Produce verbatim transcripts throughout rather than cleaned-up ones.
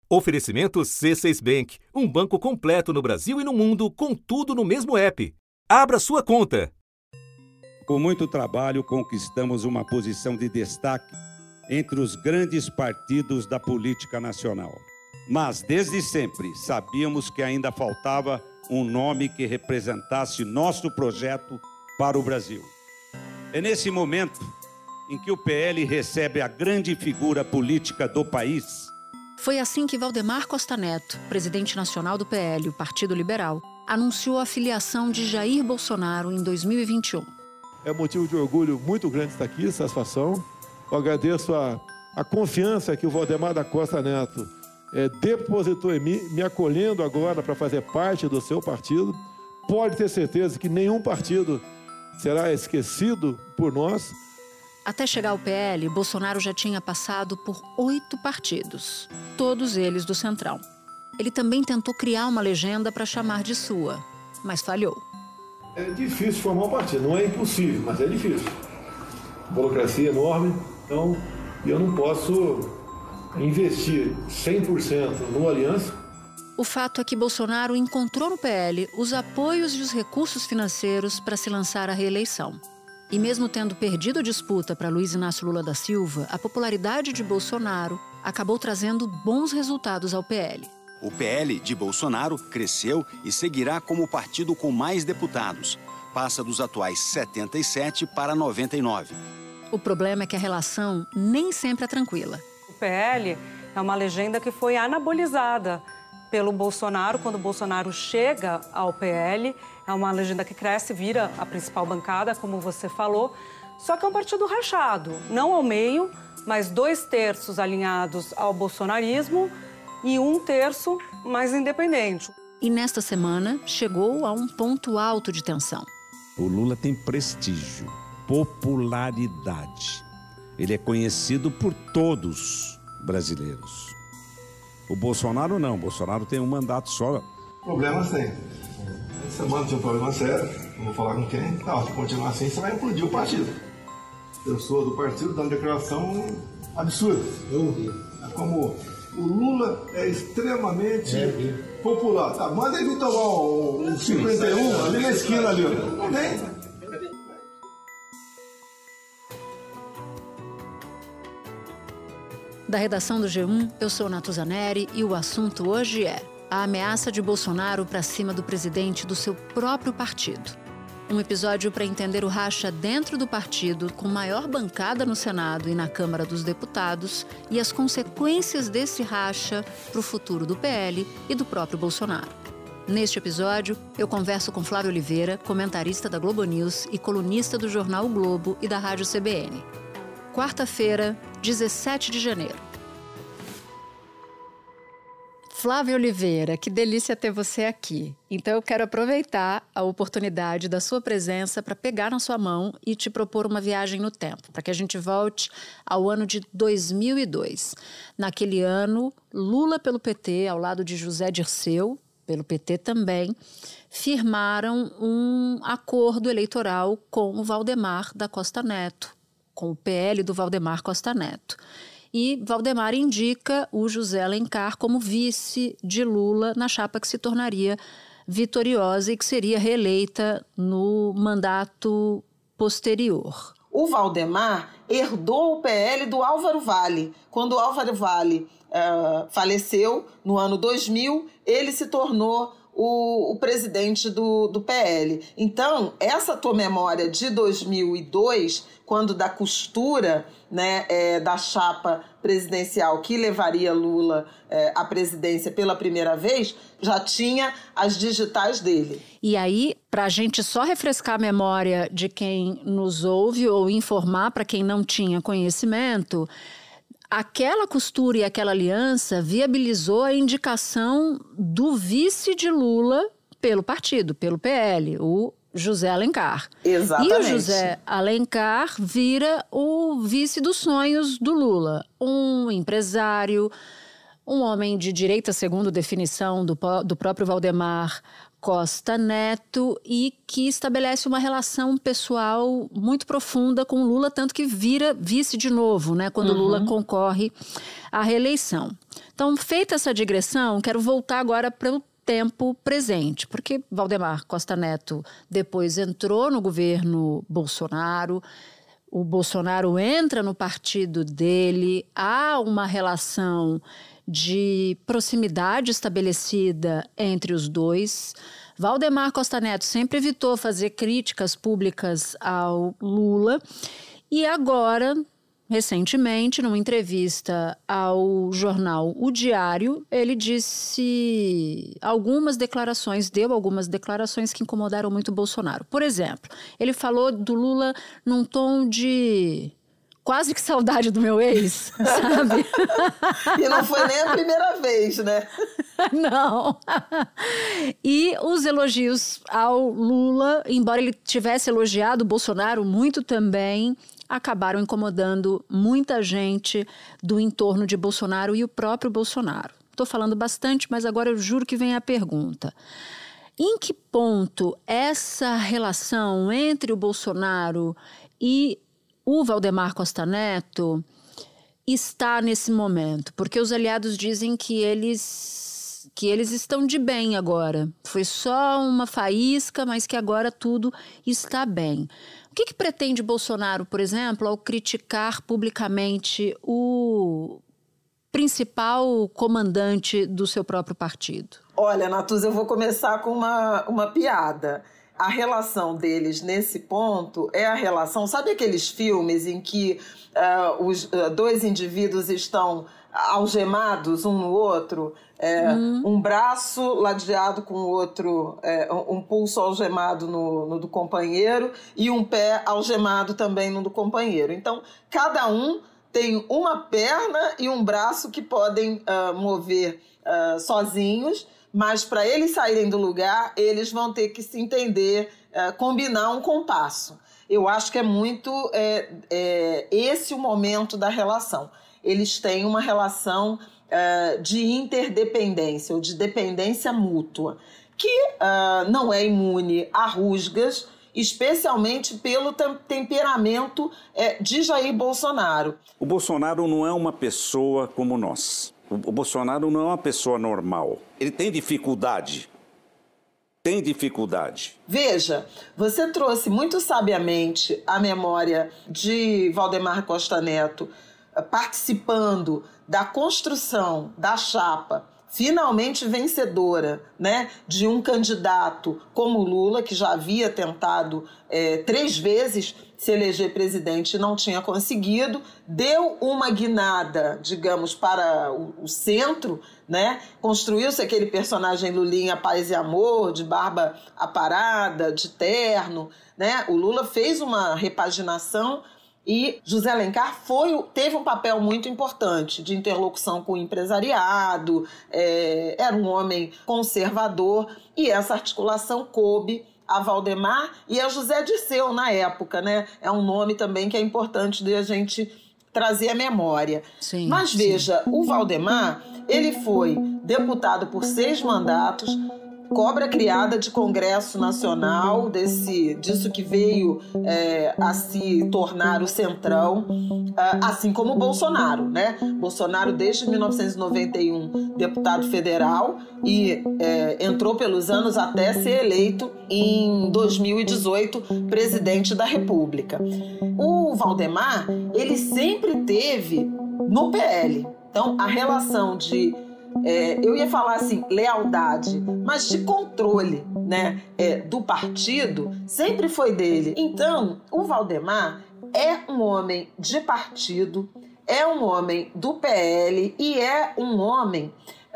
Oferecimento C seis Bank, um banco completo no Brasil e no mundo, com tudo no mesmo app. Abra sua conta. Com muito trabalho, conquistamos uma posição de destaque entre os grandes partidos da política nacional. Mas, desde sempre, sabíamos que ainda faltava um nome que representasse nosso projeto para o Brasil. É nesse momento em que o P L recebe a grande figura política do país. Foi assim que Valdemar Costa Neto, presidente nacional do P L, o Partido Liberal, anunciou a filiação de Jair Bolsonaro em dois mil e vinte e um. É motivo de orgulho muito grande estar aqui, satisfação. Eu agradeço a, a confiança que o Valdemar da Costa Neto é, depositou em mim, me acolhendo agora para fazer parte do seu partido. Pode ter certeza que nenhum partido será esquecido por nós. Até chegar ao P L, Bolsonaro já tinha passado por oito partidos, todos eles do Centrão. Ele também tentou criar uma legenda para chamar de sua, mas falhou. É difícil formar um partido, não é impossível, mas é difícil. Burocracia enorme, então eu não posso investir cem por cento numa aliança. O fato é que Bolsonaro encontrou no P L os apoios e os recursos financeiros para se lançar à reeleição. E mesmo tendo perdido a disputa para Luiz Inácio Lula da Silva, a popularidade de Bolsonaro acabou trazendo bons resultados ao P L. O P L de Bolsonaro cresceu e seguirá como o partido com mais deputados. Passa dos atuais setenta e sete para noventa e nove. O problema é que a relação nem sempre é tranquila. O P L é uma legenda que foi anabolizada pelo Bolsonaro. Quando o Bolsonaro chega ao P L, é uma legenda que cresce, vira a principal bancada, como você falou. Só que é um partido rachado, não ao meio, mas dois terços alinhados ao bolsonarismo e um terço mais independente. E nesta semana chegou a um ponto alto de tensão. O Lula tem prestígio, popularidade. Ele é conhecido por todos brasileiros. O Bolsonaro não, o Bolsonaro tem um mandato só. Problemas tem. Essa semana tinha um problema sério, não vou falar com quem. Não, se continuar assim, você vai implodir o partido. Eu sou do partido dando declaração absurda. Eu vi. Como o Lula é extremamente é, popular. Tá, manda ele tomar o, o cinquenta e um ali na esquina ali. Não tem. Da redação do G um, eu sou Natuza Neri e o assunto hoje é a ameaça de Bolsonaro para cima do presidente do seu próprio partido. Um episódio para entender o racha dentro do partido, com maior bancada no Senado e na Câmara dos Deputados, e as consequências desse racha para o futuro do P L e do próprio Bolsonaro. Neste episódio, eu converso com Flávio Oliveira, comentarista da Globo News e colunista do jornal O Globo e da Rádio C B N. Quarta-feira, dezessete de janeiro. Flávio Oliveira, que delícia ter você aqui. Então eu quero aproveitar a oportunidade da sua presença para pegar na sua mão e te propor uma viagem no tempo, para que a gente volte ao ano de dois mil e dois. Naquele ano, Lula pelo P T, ao lado de José Dirceu, pelo P T também, firmaram um acordo eleitoral com o Valdemar da Costa Neto, com o P L do Valdemar Costa Neto. E Valdemar indica o José Alencar como vice de Lula na chapa que se tornaria vitoriosa e que seria reeleita no mandato posterior. O Valdemar herdou o P L do Álvaro Valle. Quando o Álvaro Valle uh, faleceu, no ano dois mil, ele se tornou o, o presidente do, do P L. Então, essa tua memória de dois mil e dois, quando da costura, né, é, da chapa presidencial que levaria Lula é, à presidência pela primeira vez, já tinha as digitais dele. E aí, para a gente só refrescar a memória de quem nos ouve ou informar para quem não tinha conhecimento, aquela costura e aquela aliança viabilizou a indicação do vice de Lula pelo partido, pelo P L, o José Alencar. Exatamente. E o José Alencar vira o vice dos sonhos do Lula. Um empresário, um homem de direita, segundo definição do, do próprio Valdemar Costa Neto, e que estabelece uma relação pessoal muito profunda com Lula, tanto que vira vice de novo, né, quando uhum. Lula concorre à reeleição. Então, feita essa digressão, quero voltar agora para o tempo presente, porque Valdemar Costa Neto depois entrou no governo Bolsonaro. O Bolsonaro entra no partido dele, há uma relação de proximidade estabelecida entre os dois. Valdemar Costa Neto sempre evitou fazer críticas públicas ao Lula e agora, recentemente, numa entrevista ao jornal O Diário, ele disse algumas declarações, deu algumas declarações que incomodaram muito o Bolsonaro. Por exemplo, ele falou do Lula num tom de quase que saudade do meu ex, sabe? E não foi nem a primeira vez, né? Não. E os elogios ao Lula, embora ele tivesse elogiado o Bolsonaro muito também, acabaram incomodando muita gente do entorno de Bolsonaro e o próprio Bolsonaro. Estou falando bastante, mas agora eu juro que vem a pergunta. Em que ponto essa relação entre o Bolsonaro e o Valdemar Costa Neto está nesse momento? Porque os aliados dizem que eles, que eles estão de bem agora. Foi só uma faísca, mas que agora tudo está bem. O que, que pretende Bolsonaro, por exemplo, ao criticar publicamente o principal comandante do seu próprio partido? Olha, Natuza, eu vou começar com uma, uma piada. A relação deles nesse ponto é a relação... Sabe aqueles filmes em que uh, os uh, dois indivíduos estão algemados um no outro? É, uhum. Um braço ladeado com o outro, é, um pulso algemado no, no do companheiro e um pé algemado também no do companheiro. Então, cada um tem uma perna e um braço que podem uh, mover uh, sozinhos, mas para eles saírem do lugar, eles vão ter que se entender, uh, combinar um compasso. Eu acho que é muito é, é, esse o momento da relação. Eles têm uma relação uh, de interdependência ou de dependência mútua, que uh, não é imune a rusgas, especialmente pelo temperamento é, de Jair Bolsonaro. O Bolsonaro não é uma pessoa como nós. O Bolsonaro não é uma pessoa normal. Ele tem dificuldade. Tem dificuldade. Veja, você trouxe muito sabiamente a memória de Valdemar Costa Neto participando da construção da chapa finalmente vencedora, né, de um candidato como Lula, que já havia tentado é, três vezes se eleger presidente e não tinha conseguido, deu uma guinada, digamos, para o, o centro, né? Construiu-se aquele personagem Lulinha Paz e Amor, de barba aparada, de terno, né? O Lula fez uma repaginação e José Alencar foi, teve um papel muito importante de interlocução com o empresariado, é, era um homem conservador e essa articulação coube a Valdemar e a José Dirceu na época, né? É um nome também que é importante de a gente trazer à memória. Sim, Mas veja, sim. O Valdemar, ele foi deputado por seis mandatos, cobra criada de Congresso Nacional, desse, disso que veio é, a se tornar o Centrão, assim como o Bolsonaro, né? Bolsonaro, desde mil novecentos e noventa e um, deputado federal e é, entrou pelos anos até ser eleito em dois mil e dezoito presidente da República. O Valdemar, ele sempre teve no P L. Então, a relação de É, eu ia falar assim, lealdade, mas de controle, né, é, do partido, sempre foi dele. Então, o Valdemar é um homem de partido, é um homem do P L e é um homem,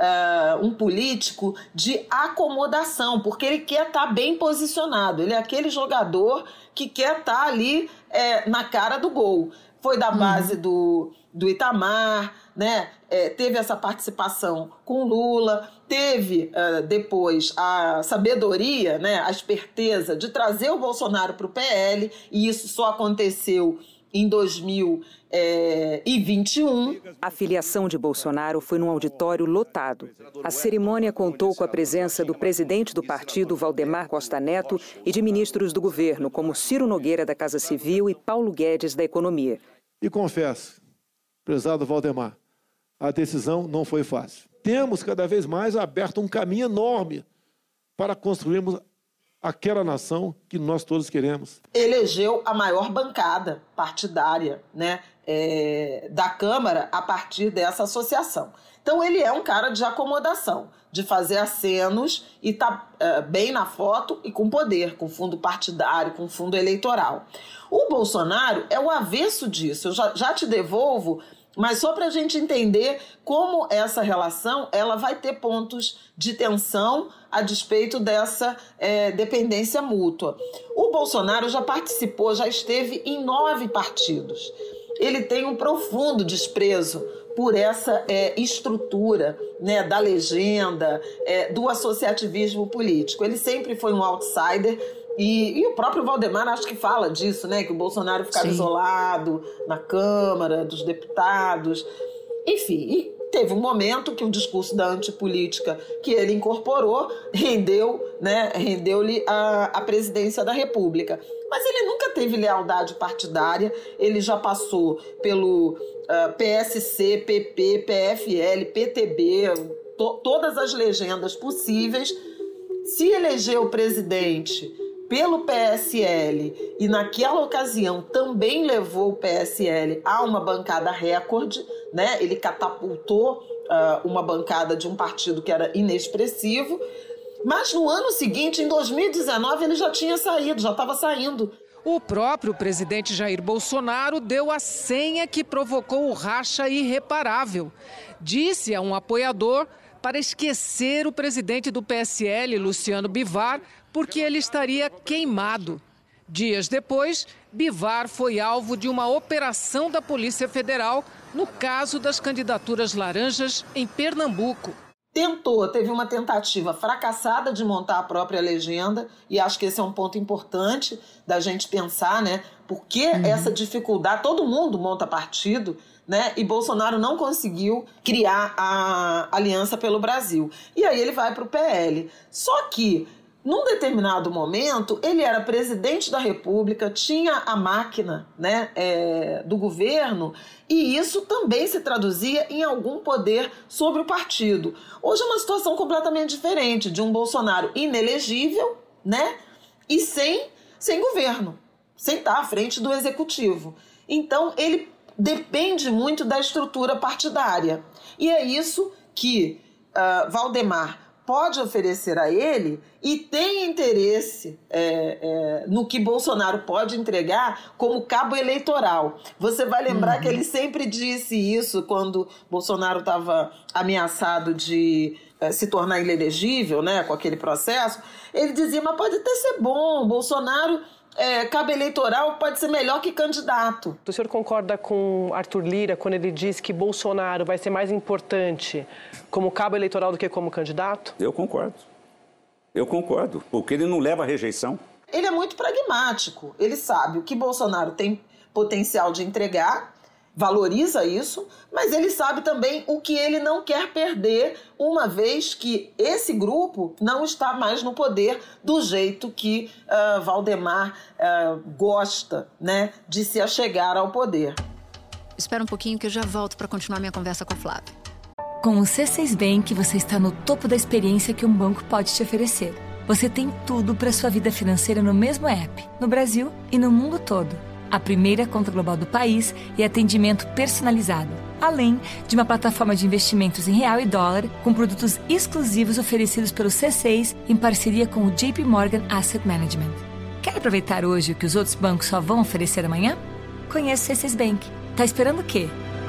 uh, um político de acomodação, porque ele quer estar bem posicionado, ele é aquele jogador que quer estar ali é, na cara do gol. Foi da base uhum. do, do Itamar, né? É, teve essa participação com Lula, teve uh, depois a sabedoria, né? A esperteza de trazer o Bolsonaro para o P L, e isso só aconteceu em dois mil e vinte e um. A filiação de Bolsonaro foi num auditório lotado. A cerimônia contou com a presença do presidente do partido, Valdemar Costa Neto, e de ministros do governo, como Ciro Nogueira, da Casa Civil, e Paulo Guedes, da Economia. E confesso, prezado Valdemar, a decisão não foi fácil. Temos cada vez mais aberto um caminho enorme para construirmos aquela nação que nós todos queremos. Elegeu a maior bancada partidária, né, é, da Câmara a partir dessa associação. Então ele é um cara de acomodação, de fazer acenos e tá é, bem na foto e com poder, com fundo partidário, com fundo eleitoral. O Bolsonaro é o avesso disso. Eu já, já te devolvo, mas só para a gente entender como essa relação ela vai ter pontos de tensão a despeito dessa é, dependência mútua. O Bolsonaro já participou, já esteve em nove partidos. Ele tem um profundo desprezo por essa é, estrutura, né, da legenda, é, do associativismo político. Ele sempre foi um outsider. E, e o próprio Valdemar acho que fala disso, né? Que o Bolsonaro ficava Sim. isolado na Câmara dos Deputados. Enfim, e teve um momento que o discurso da antipolítica que ele incorporou rendeu, né, rendeu-lhe a, a presidência da República. Mas ele nunca teve lealdade partidária, ele já passou pelo uh, P S C, P P, P F L, P T B, to, todas as legendas possíveis. Se elegeu presidente pelo P S L e naquela ocasião também levou o P S L a uma bancada recorde, né? Ele catapultou uh, uma bancada de um partido que era inexpressivo, mas no ano seguinte, em dois mil e dezenove, ele já tinha saído, já estava saindo. O próprio presidente Jair Bolsonaro deu a senha que provocou o racha irreparável. Disse a um apoiador para esquecer o presidente do P S L, Luciano Bivar, porque ele estaria queimado. Dias depois, Bivar foi alvo de uma operação da Polícia Federal no caso das candidaturas laranjas em Pernambuco. Tentou, teve uma tentativa fracassada de montar a própria legenda, e acho que esse é um ponto importante da gente pensar, né? Por que uhum. essa dificuldade? Todo mundo monta partido, né? E Bolsonaro não conseguiu criar a Aliança pelo Brasil. E aí ele vai para o P L. Só que, num determinado momento, ele era presidente da República, tinha a máquina, né, é, do governo, e isso também se traduzia em algum poder sobre o partido. Hoje é uma situação completamente diferente, de um Bolsonaro inelegível, né, e sem, sem governo, sem estar à frente do executivo. Então, ele depende muito da estrutura partidária. E é isso que uh, Valdemar pode oferecer a ele e tem interesse é, é, no que Bolsonaro pode entregar como cabo eleitoral. Você vai lembrar uhum. que ele sempre disse isso quando Bolsonaro estava ameaçado de é, se tornar inelegível, né, com aquele processo. Ele dizia, mas pode até ser bom, Bolsonaro... É, cabo eleitoral pode ser melhor que candidato. O senhor concorda com Arthur Lira quando ele diz que Bolsonaro vai ser mais importante como cabo eleitoral do que como candidato? Eu concordo. Eu concordo, porque ele não leva a rejeição. Ele é muito pragmático. Ele sabe o que Bolsonaro tem potencial de entregar, valoriza isso, mas ele sabe também o que ele não quer perder, uma vez que esse grupo não está mais no poder do jeito que uh, Valdemar uh, gosta, né, de se achegar ao poder. Espera um pouquinho que eu já volto para continuar minha conversa com o Flávio. Com o C seis Bank, você está no topo da experiência que um banco pode te oferecer. Você tem tudo para sua vida financeira no mesmo app, no Brasil e no mundo todo. A primeira conta global do país e atendimento personalizado, além de uma plataforma de investimentos em real e dólar com produtos exclusivos oferecidos pelo C seis em parceria com o J P Morgan Asset Management. Quer aproveitar hoje o que os outros bancos só vão oferecer amanhã? Conheça o C seis Bank. Tá esperando o quê?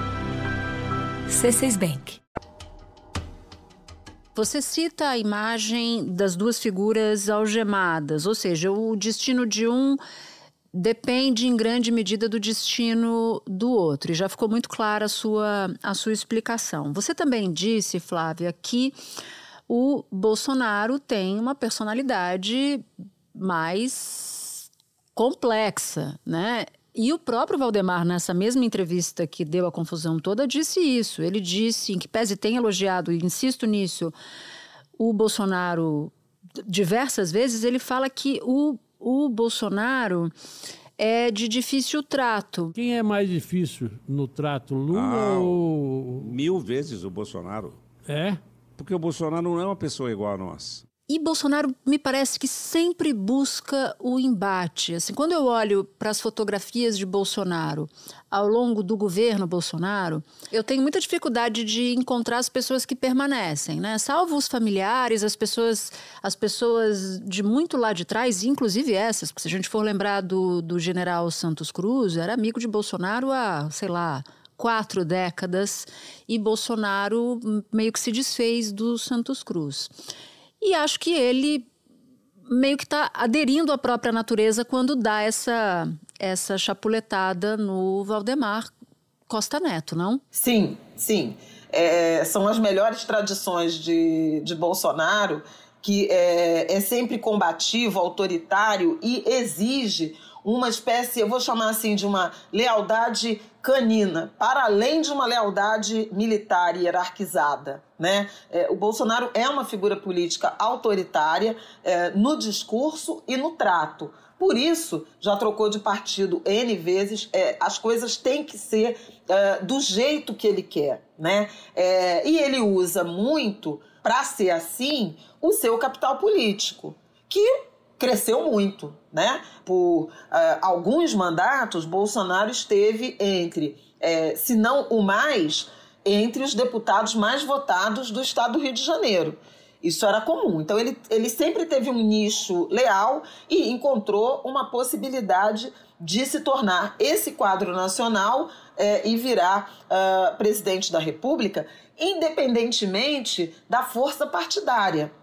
C seis Bank. Você cita a imagem das duas figuras algemadas, ou seja, o destino de um depende em grande medida do destino do outro. E já ficou muito clara a sua, a sua explicação. Você também disse, Flávia, que o Bolsonaro tem uma personalidade mais complexa, né? E o próprio Valdemar, nessa mesma entrevista que deu a confusão toda, disse isso. Ele disse, em que pese tem elogiado, e insisto nisso, o Bolsonaro diversas vezes, ele fala que o, o Bolsonaro é de difícil trato. Quem é mais difícil no trato, Lula ah, ou... Mil vezes o Bolsonaro. É? Porque o Bolsonaro não é uma pessoa igual a nós. E Bolsonaro me parece que sempre busca o embate. Assim, quando eu olho para as fotografias de Bolsonaro ao longo do governo Bolsonaro, eu tenho muita dificuldade de encontrar as pessoas que permanecem, né? Salvo os familiares, as pessoas, as pessoas de muito lá de trás, inclusive essas, porque se a gente for lembrar do, do general Santos Cruz, era amigo de Bolsonaro há, sei lá, quatro décadas, e Bolsonaro meio que se desfez do Santos Cruz. E acho que ele meio que está aderindo à própria natureza quando dá essa, essa chapuletada no Valdemar Costa Neto, não? Sim, sim. É, são as melhores tradições de, de Bolsonaro, que é, é sempre combativo, autoritário e exige uma espécie, eu vou chamar assim, de uma lealdade canina, para além de uma lealdade militar e hierarquizada, né? É, o Bolsonaro é uma figura política autoritária é, no discurso e no trato. Por isso, já trocou de partido N vezes, é, as coisas têm que ser é, do jeito que ele quer, né? É, e ele usa muito, para ser assim, o seu capital político, que cresceu muito, né? Por uh, alguns mandatos, Bolsonaro esteve entre, eh, se não o mais, entre os deputados mais votados do estado do Rio de Janeiro. Isso era comum. Então, ele, ele sempre teve um nicho leal e encontrou uma possibilidade de se tornar esse quadro nacional eh, e virar uh, presidente da República, independentemente da força partidária.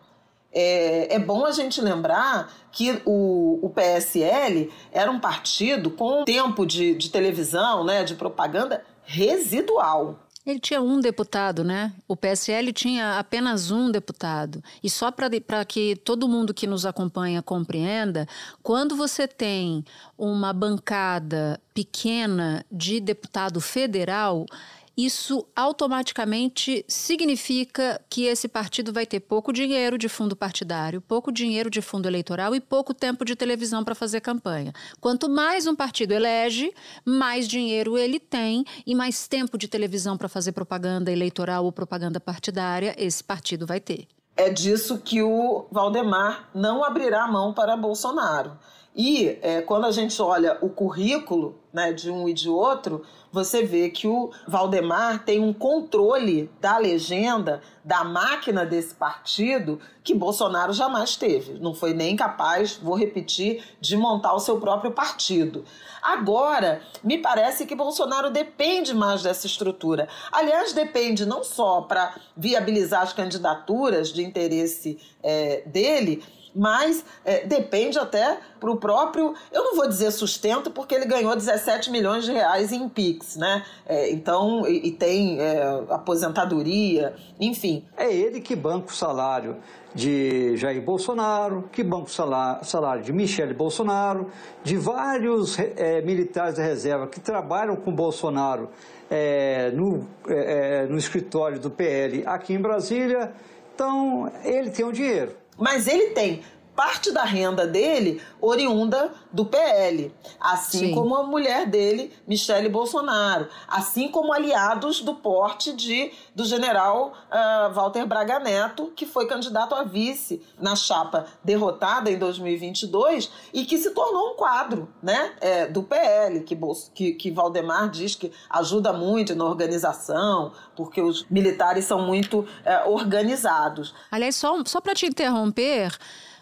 É, é bom a gente lembrar que o, o P S L era um partido com tempo de, de televisão, né, de propaganda residual. Ele tinha um deputado, né? O P S L tinha apenas um deputado. E só para que todo mundo que nos acompanha compreenda, quando você tem uma bancada pequena de deputado federal, isso automaticamente significa que esse partido vai ter pouco dinheiro de fundo partidário, pouco dinheiro de fundo eleitoral e pouco tempo de televisão para fazer campanha. Quanto mais um partido elege, mais dinheiro ele tem e mais tempo de televisão para fazer propaganda eleitoral ou propaganda partidária esse partido vai ter. É disso que o Valdemar não abrirá mão para Bolsonaro. E é, quando a gente olha o currículo, né, de um e de outro, você vê que o Valdemar tem um controle da legenda, da máquina desse partido, que Bolsonaro jamais teve. Não foi nem capaz, vou repetir, de montar o seu próprio partido. Agora, me parece que Bolsonaro depende mais dessa estrutura. Aliás, depende não só para viabilizar as candidaturas de interesse é, dele, mas é, depende até para o próprio, eu não vou dizer sustento, porque ele ganhou dezessete milhões de reais em Pix, né? É, então, e, e tem é, aposentadoria, enfim. É ele que banca o salário de Jair Bolsonaro, que banca o salário, salário de Michele Bolsonaro, de vários é, militares da reserva que trabalham com Bolsonaro é, no, é, no escritório do P L aqui em Brasília. Então, ele tem o dinheiro. Mas ele tem parte da renda dele oriunda do P L, assim Sim. como a mulher dele, Michele Bolsonaro, assim como aliados do porte de, do general uh, Walter Braga Neto, que foi candidato a vice na chapa derrotada em dois mil e vinte e dois e que se tornou um quadro, né, é, do P L, que, que, que Valdemar diz que ajuda muito na organização, porque os militares são muito é, organizados. Aliás, só, só para te interromper,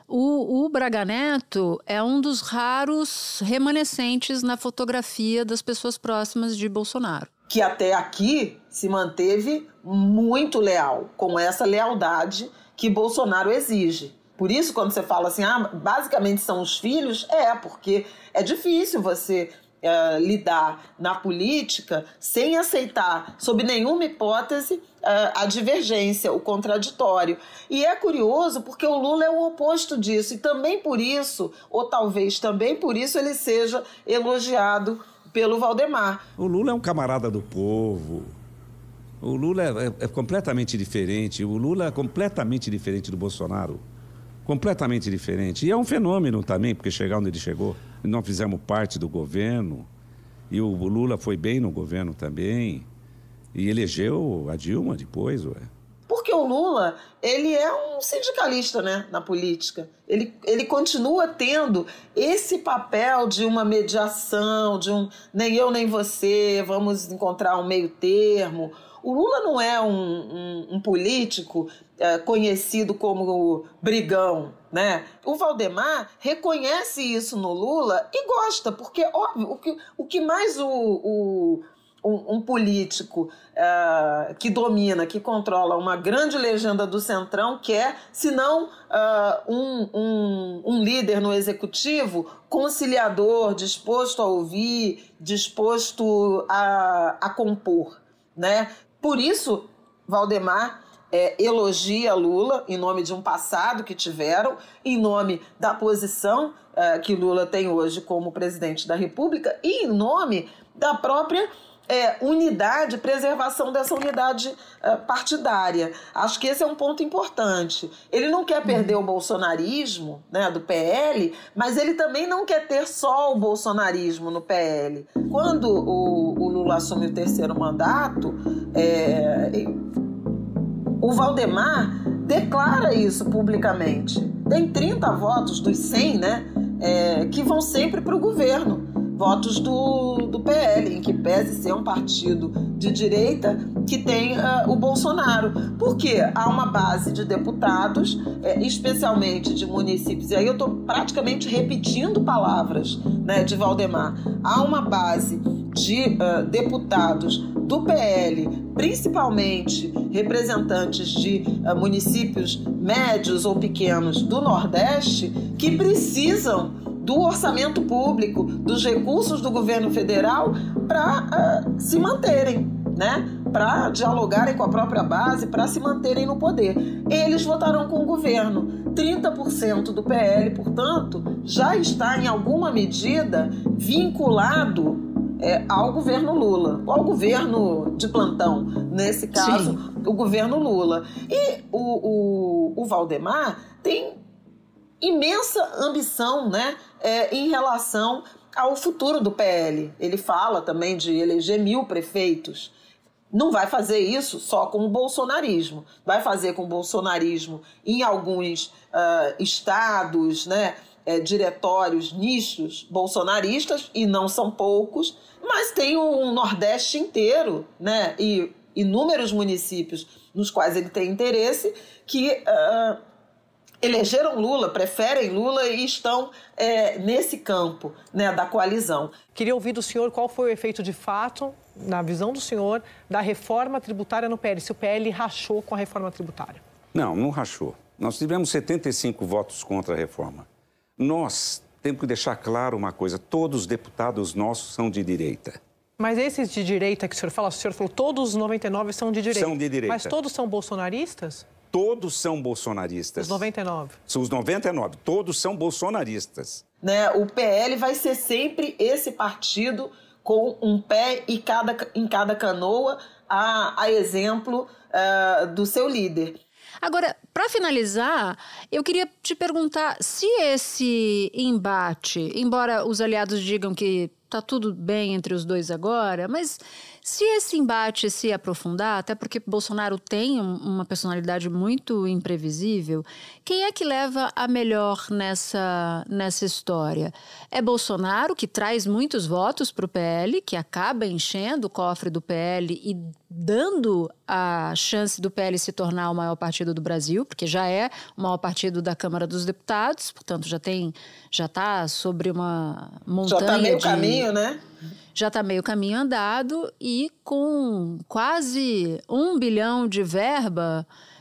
O, o Braga Neto é um dos raros remanescentes na fotografia das pessoas próximas de Bolsonaro. Que até aqui se manteve muito leal, com essa lealdade que Bolsonaro exige. Por isso, quando você fala assim, ah, basicamente são os filhos, é, porque é difícil você uh, lidar na política sem aceitar, sob nenhuma hipótese, a divergência, o contraditório. E é curioso porque o Lula é o oposto disso e também por isso, ou talvez também por isso, ele seja elogiado pelo Valdemar. O Lula é um camarada do povo. O Lula é, é, é completamente diferente. O Lula é completamente diferente do Bolsonaro. Completamente diferente. E é um fenômeno também, porque chegar onde ele chegou, nós fizemos parte do governo, e o Lula foi bem no governo também, e elegeu a Dilma depois, ué. Porque o Lula, ele é um sindicalista, né, na política. Ele, ele continua tendo esse papel de uma mediação, de um nem eu nem você, vamos encontrar um meio termo. O Lula não é um, um, um político é, conhecido como brigão, né? O Valdemar reconhece isso no Lula e gosta, porque, óbvio, o que, o que mais o... o Um, um político uh, que domina, que controla uma grande legenda do Centrão quer, senão uh, um, um, um líder no executivo conciliador, disposto a ouvir, disposto a, a compor, né? Por isso, Valdemar é, elogia Lula em nome de um passado que tiveram, em nome da posição uh, que Lula tem hoje como presidente da República e em nome da própria É, unidade, preservação dessa unidade uh, partidária. Acho que esse é um ponto importante. Ele não quer perder uhum. o bolsonarismo, né, do P L, mas ele também não quer ter só o bolsonarismo no P L. Quando o, o Lula assume o terceiro mandato, é, o Valdemar declara isso publicamente. Tem trinta votos dos cem, né, é, que vão sempre para o governo. Votos do, do P L, em que pese ser um partido de direita que tem uh, o Bolsonaro. Porque há uma base de deputados, é, especialmente de municípios, e aí eu estou praticamente repetindo palavras, né, de Valdemar. Há uma base de uh, deputados do P L, principalmente representantes de uh, municípios médios ou pequenos do Nordeste, que precisam do orçamento público, dos recursos do governo federal para uh, se manterem, né? Para dialogarem com a própria base, para se manterem no poder. Eles votarão com o governo. trinta por cento do P L, portanto, já está em alguma medida vinculado é, ao governo Lula, ao governo de plantão, nesse caso, Sim. o governo Lula. E o, o, o Valdemar tem imensa ambição, né, é, em relação ao futuro do P L. Ele fala também de eleger mil prefeitos. Não vai fazer isso só com o bolsonarismo. Vai fazer com o bolsonarismo em alguns uh, estados, né, é, diretórios, nichos bolsonaristas, e não são poucos, mas tem um Nordeste inteiro, né, e inúmeros municípios nos quais ele tem interesse que Uh, elegeram Lula, preferem Lula e estão é, nesse campo, né, da coalizão. Queria ouvir do senhor qual foi o efeito de fato, na visão do senhor, da reforma tributária no P L, se o P L rachou com a reforma tributária. Não, não rachou. Nós tivemos setenta e cinco votos contra a reforma. Nós temos que deixar claro uma coisa, todos os deputados nossos são de direita. Mas esses de direita que o senhor fala, o senhor falou todos os noventa e nove são de direita. São de direita. Mas todos são bolsonaristas? Todos são bolsonaristas. Os noventa e nove. Os noventa e nove, todos são bolsonaristas. Né? O P L vai ser sempre esse partido com um pé em cada, em cada canoa, a, a exemplo uh, do seu líder. Agora, para finalizar, eu queria te perguntar se esse embate, embora os aliados digam que está tudo bem entre os dois agora, mas se esse embate se aprofundar, até porque Bolsonaro tem uma personalidade muito imprevisível, quem é que leva a melhor nessa, nessa história? É Bolsonaro, que traz muitos votos para o P L, que acaba enchendo o cofre do P L e dando a chance do P L se tornar o maior partido do Brasil, porque já é o maior partido da Câmara dos Deputados, portanto já tem, já está sobre uma montanha de... Já está meio caminho, né? Já está meio caminho andado e com quase um bilhão de verba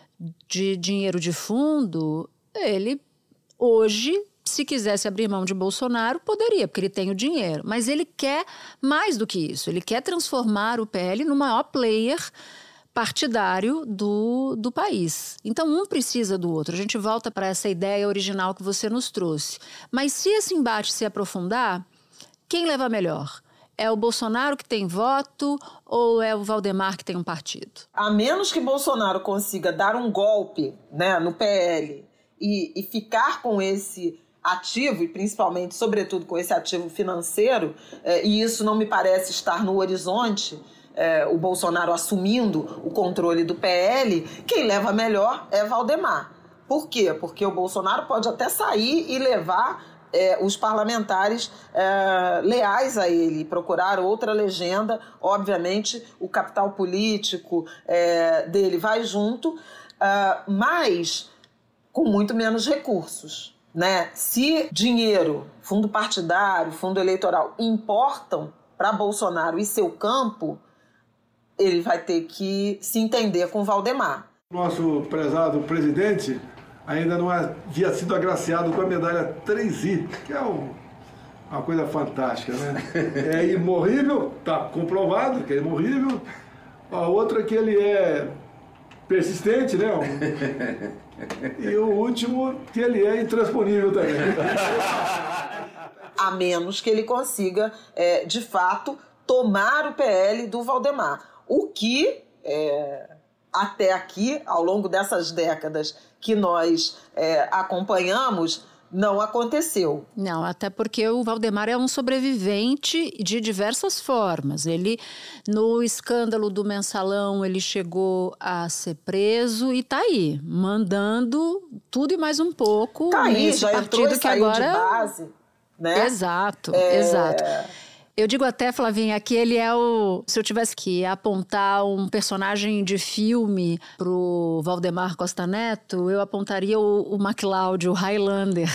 de dinheiro de fundo, ele hoje, se quisesse abrir mão de Bolsonaro, poderia, porque ele tem o dinheiro. Mas ele quer mais do que isso. Ele quer transformar o P L no maior player partidário do, do país. Então, um precisa do outro. A gente volta para essa ideia original que você nos trouxe. Mas se esse embate se aprofundar, quem leva melhor? é o Bolsonaro que tem voto ou é o Valdemar que tem um partido? A menos que Bolsonaro consiga dar um golpe, né, no P L e, e ficar com esse ativo, e principalmente, sobretudo, com esse ativo financeiro, é, e isso não me parece estar no horizonte, é, o Bolsonaro assumindo o controle do P L, quem leva melhor é Valdemar. Por quê? Porque o Bolsonaro pode até sair e levar É, os parlamentares é, leais a ele, procurar outra legenda. Obviamente, o capital político é, dele vai junto, é, mas com muito menos recursos, né? Se dinheiro, fundo partidário, fundo eleitoral importam para Bolsonaro e seu campo, ele vai ter que se entender com Valdemar. Nosso prezado presidente ainda não havia sido agraciado com a medalha três I, que é um, uma coisa fantástica, né? É imorrível, está comprovado que é imorrível. A outra que ele é persistente, né? E o último que ele é intransponível também. A menos que ele consiga, é, de fato, tomar o P L do Valdemar. O que, é, até aqui, ao longo dessas décadas que nós é, acompanhamos, não aconteceu. Não, até porque o Valdemar é um sobrevivente de diversas formas. Ele, no escândalo do Mensalão, ele chegou a ser preso e tá aí, mandando tudo e mais um pouco tá aí, nesse já partido entrou e que saiu agora... de base, né? Exato, é... exato. Eu digo até, Flavinha, que ele é o... Se eu tivesse que apontar um personagem de filme pro Valdemar Costa Neto, eu apontaria o, o MacLeod, o Highlander.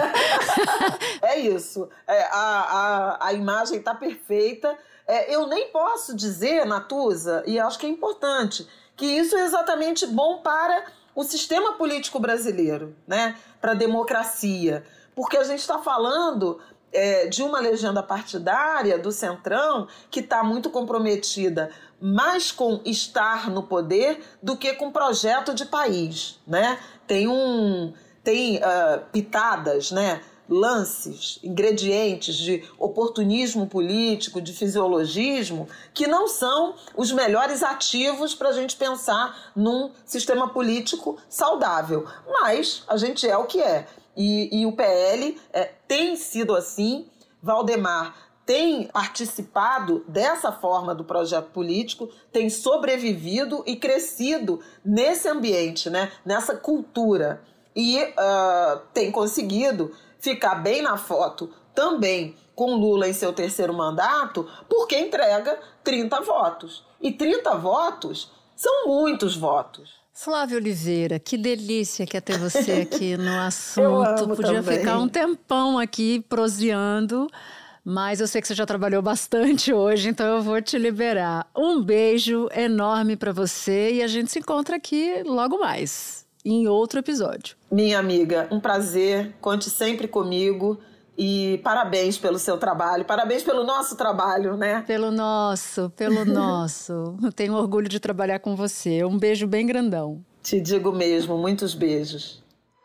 É isso. É, a, a, a imagem está perfeita. É, eu nem posso dizer, Natuza, e acho que é importante, que isso é exatamente bom para o sistema político brasileiro, né? Para a democracia. Porque a gente está falando... É, de uma legenda partidária do Centrão que está muito comprometida mais com estar no poder do que com projeto de país, né? Tem, um, tem uh, pitadas, né? Lances, ingredientes de oportunismo político, de fisiologismo, que não são os melhores ativos para a gente pensar num sistema político saudável. Mas a gente é o que é. E, e o P L é, tem sido assim. Valdemar tem participado dessa forma do projeto político, tem sobrevivido e crescido nesse ambiente, né? Nessa cultura. E uh, tem conseguido ficar bem na foto também com Lula em seu terceiro mandato, porque entrega trinta votos. E trinta votos são muitos votos. Flávia Oliveira, que delícia que é ter você aqui no assunto. Eu amo Podia também. Ficar um tempão aqui proseando, mas eu sei que você já trabalhou bastante hoje, então eu vou te liberar. Um beijo enorme para você e a gente se encontra aqui logo mais, em outro episódio. Minha amiga, um prazer, conte sempre comigo. E parabéns pelo seu trabalho, parabéns pelo nosso trabalho, né? Pelo nosso, pelo nosso. Tenho orgulho de trabalhar com você. Um beijo bem grandão. Te digo mesmo, muitos beijos.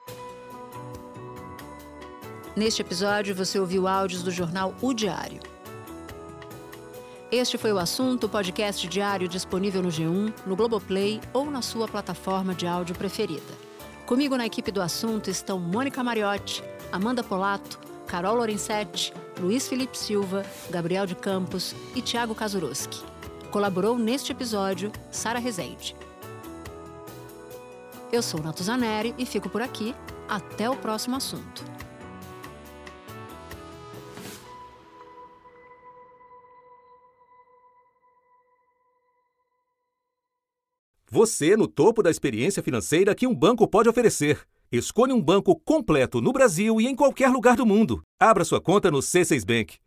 Neste episódio, você ouviu áudios do jornal O Diário. Este foi o Assunto, podcast diário disponível no G um, no Globoplay ou na sua plataforma de áudio preferida. Comigo na equipe do Assunto estão Mônica Mariotti, Amanda Polato, Carol Lorenzetti, Luiz Felipe Silva, Gabriel de Campos e Thiago Kazuroski. Colaborou neste episódio Sara Rezende. Eu sou Natuza Neri e fico por aqui. Até o próximo assunto. Você no topo da experiência financeira que um banco pode oferecer. Escolha um banco completo no Brasil e em qualquer lugar do mundo. Abra sua conta no C seis Bank.